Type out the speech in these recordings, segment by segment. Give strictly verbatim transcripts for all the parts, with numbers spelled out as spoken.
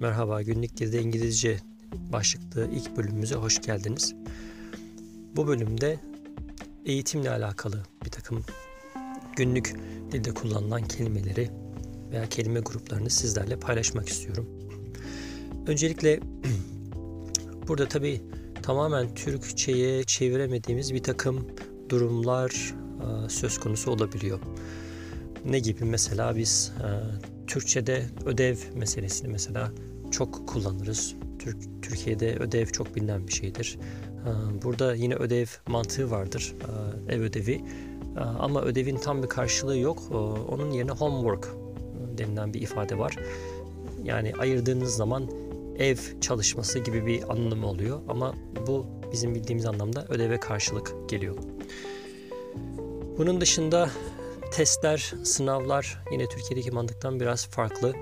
Merhaba, Günlük Dilde İngilizce başlıklı ilk bölümümüze hoş geldiniz. Bu bölümde eğitimle alakalı bir takım günlük dilde kullanılan kelimeleri veya kelime gruplarını sizlerle paylaşmak istiyorum. Öncelikle burada tabii tamamen Türkçe'ye çeviremediğimiz bir takım durumlar söz konusu olabiliyor. Ne gibi? Mesela biz Türkçe'de ödev meselesini mesela çok kullanırız. Türk, Türkiye'de ödev çok bilinen bir şeydir. Burada yine ödev mantığı vardır, ev ödevi. Ama ödevin tam bir karşılığı yok. Onun yerine homework denilen bir ifade var. Yani ayırdığınız zaman ev çalışması gibi bir anlamı oluyor. Ama bu bizim bildiğimiz anlamda ödeve karşılık geliyor. Bunun dışında testler, sınavlar yine Türkiye'deki mantıktan biraz farklı.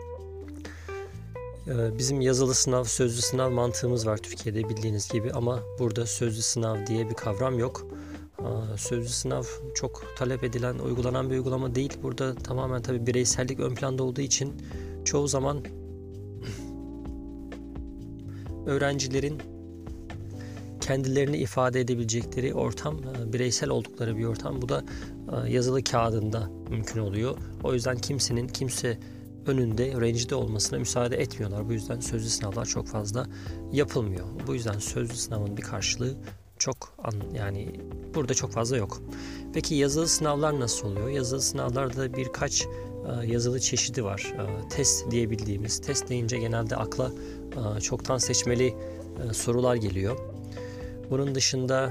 Bizim yazılı sınav, sözlü sınav mantığımız var Türkiye'de bildiğiniz gibi ama burada sözlü sınav diye bir kavram yok. Sözlü sınav çok talep edilen, uygulanan bir uygulama değil. Burada tamamen tabii bireysellik ön planda olduğu için çoğu zaman öğrencilerin kendilerini ifade edebilecekleri ortam, bireysel oldukları bir ortam. Bu da yazılı kağıdında mümkün oluyor. O yüzden kimsenin kimse önünde, rencide olmasına müsaade etmiyorlar. Bu yüzden sözlü sınavlar çok fazla yapılmıyor. Bu yüzden sözlü sınavın bir karşılığı çok yani burada çok fazla yok. Peki yazılı sınavlar nasıl oluyor? Yazılı sınavlarda birkaç yazılı çeşidi var. Test diyebildiğimiz. Test deyince genelde akla çoktan seçmeli sorular geliyor. Bunun dışında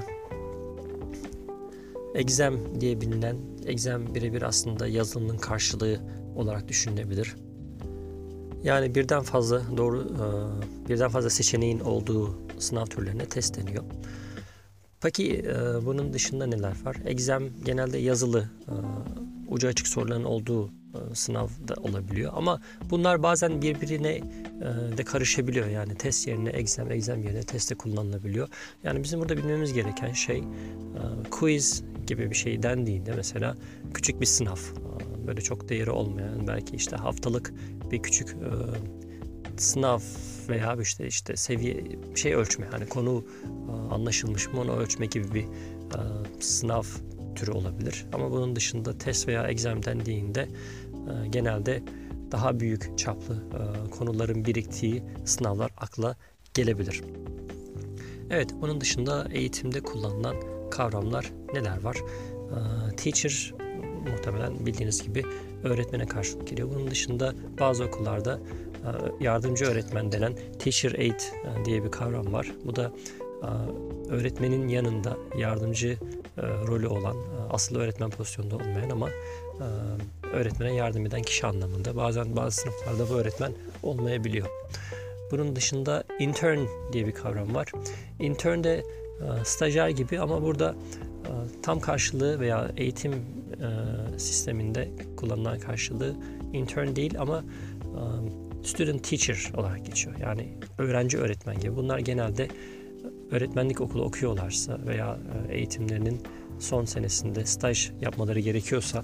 exam diye bilinen, exam birebir aslında yazılının karşılığı olarak düşünülebilir. Yani birden fazla doğru, birden fazla seçeneğin olduğu sınav türlerine test deniyor. Peki bunun dışında neler var? Exam genelde yazılı, ucu açık soruların olduğu sınavda olabiliyor. Ama bunlar bazen birbirine de karışabiliyor. Yani test yerine exam, exam yerine test de kullanılabiliyor. Yani bizim burada bilmemiz gereken şey quiz gibi bir şey dendiğinde mesela küçük bir sınav. Böyle çok değeri olmayan belki işte haftalık bir küçük sınav veya işte işte seviye şey ölçme. Hani konu anlaşılmış mı onu ölçme gibi bir sınav türü olabilir. Ama bunun dışında test veya exam dendiğinde e, genelde daha büyük çaplı e, konuların biriktiği sınavlar akla gelebilir. Evet, bunun dışında eğitimde kullanılan kavramlar neler var? E, teacher muhtemelen bildiğiniz gibi öğretmene karşılık geliyor. Bunun dışında bazı okullarda e, yardımcı öğretmen denen teacher aide e, diye bir kavram var. Bu da e, öğretmenin yanında yardımcı e, rolü olan, e, asıl öğretmen pozisyonunda olmayan ama e, öğretmene yardım eden kişi anlamında. Bazen bazı sınıflarda bu öğretmen olmayabiliyor. Bunun dışında intern diye bir kavram var. Intern de e, stajyer gibi ama burada e, tam karşılığı veya eğitim e, sisteminde kullanılan karşılığı intern değil ama e, student teacher olarak geçiyor. Yani öğrenci öğretmen gibi. Bunlar genelde öğretmenlik okulu okuyorlarsa veya eğitimlerinin son senesinde staj yapmaları gerekiyorsa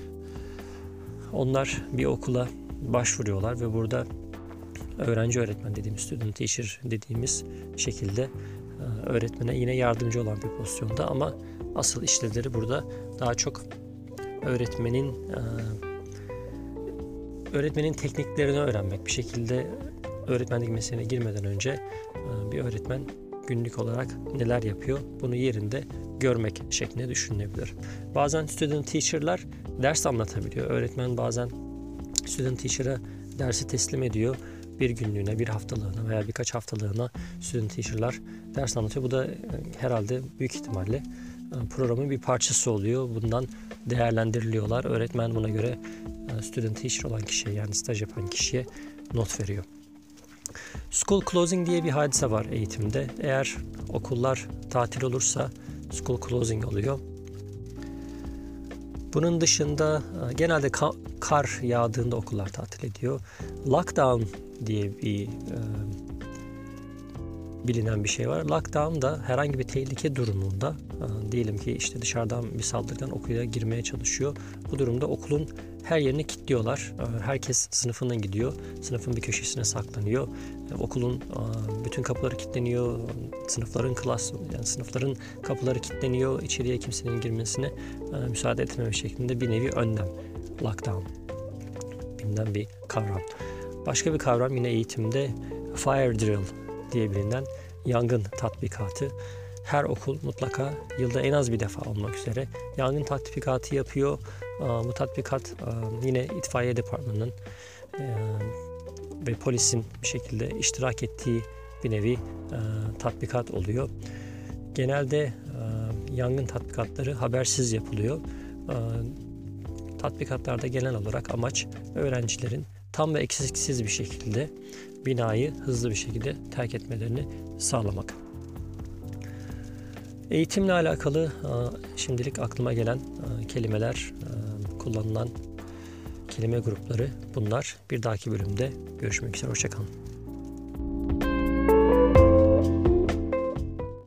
onlar bir okula başvuruyorlar ve burada öğrenci öğretmen dediğimiz, student teacher dediğimiz şekilde öğretmene yine yardımcı olan bir pozisyonda ama asıl işlevleri burada daha çok öğretmenin öğretmenin tekniklerini öğrenmek. Bir şekilde öğretmenlik mesleğine girmeden önce bir öğretmen günlük olarak neler yapıyor bunu yerinde görmek şeklinde düşünülebilir. Bazen student teacher'lar ders anlatabiliyor. Öğretmen bazen student teacher'a dersi teslim ediyor. Bir günlüğüne, bir haftalığına veya birkaç haftalığına student teacher'lar ders anlatıyor. Bu da herhalde büyük ihtimalle programın bir parçası oluyor. Bundan değerlendiriliyorlar. Öğretmen buna göre student teacher olan kişiye yani staj yapan kişiye not veriyor. School closing diye bir hadise var eğitimde. Eğer okullar tatil olursa school closing oluyor. Bunun dışında genelde kar yağdığında okullar tatil ediyor. Lockdown diye bir bilinen bir şey var. Lockdown da herhangi bir tehlike durumunda, e, diyelim ki işte dışarıdan bir saldırgan okula girmeye çalışıyor. Bu durumda okulun her yerini kilitliyorlar. E, herkes sınıfına gidiyor. Sınıfın bir köşesine saklanıyor. E, okulun e, bütün kapıları kilitleniyor. Sınıfların klas, yani sınıfların kapıları kilitleniyor. İçeriye kimsenin girmesine e, müsaade etmeme şeklinde bir nevi önlem. Lockdown bilinen bir kavram. Başka bir kavram yine eğitimde fire drill diye bilinen yangın tatbikatı. Her okul mutlaka yılda en az bir defa olmak üzere yangın tatbikatı yapıyor. Bu tatbikat yine itfaiye departmanının ve polisin bir şekilde iştirak ettiği bir nevi tatbikat oluyor. Genelde yangın tatbikatları habersiz yapılıyor. Tatbikatlarda genel olarak amaç öğrencilerin tam ve eksiksiz bir şekilde binayı hızlı bir şekilde terk etmelerini sağlamak. Eğitimle alakalı şimdilik aklıma gelen kelimeler, kullanılan kelime grupları bunlar. Bir dahaki bölümde görüşmek üzere. Hoşça kalın.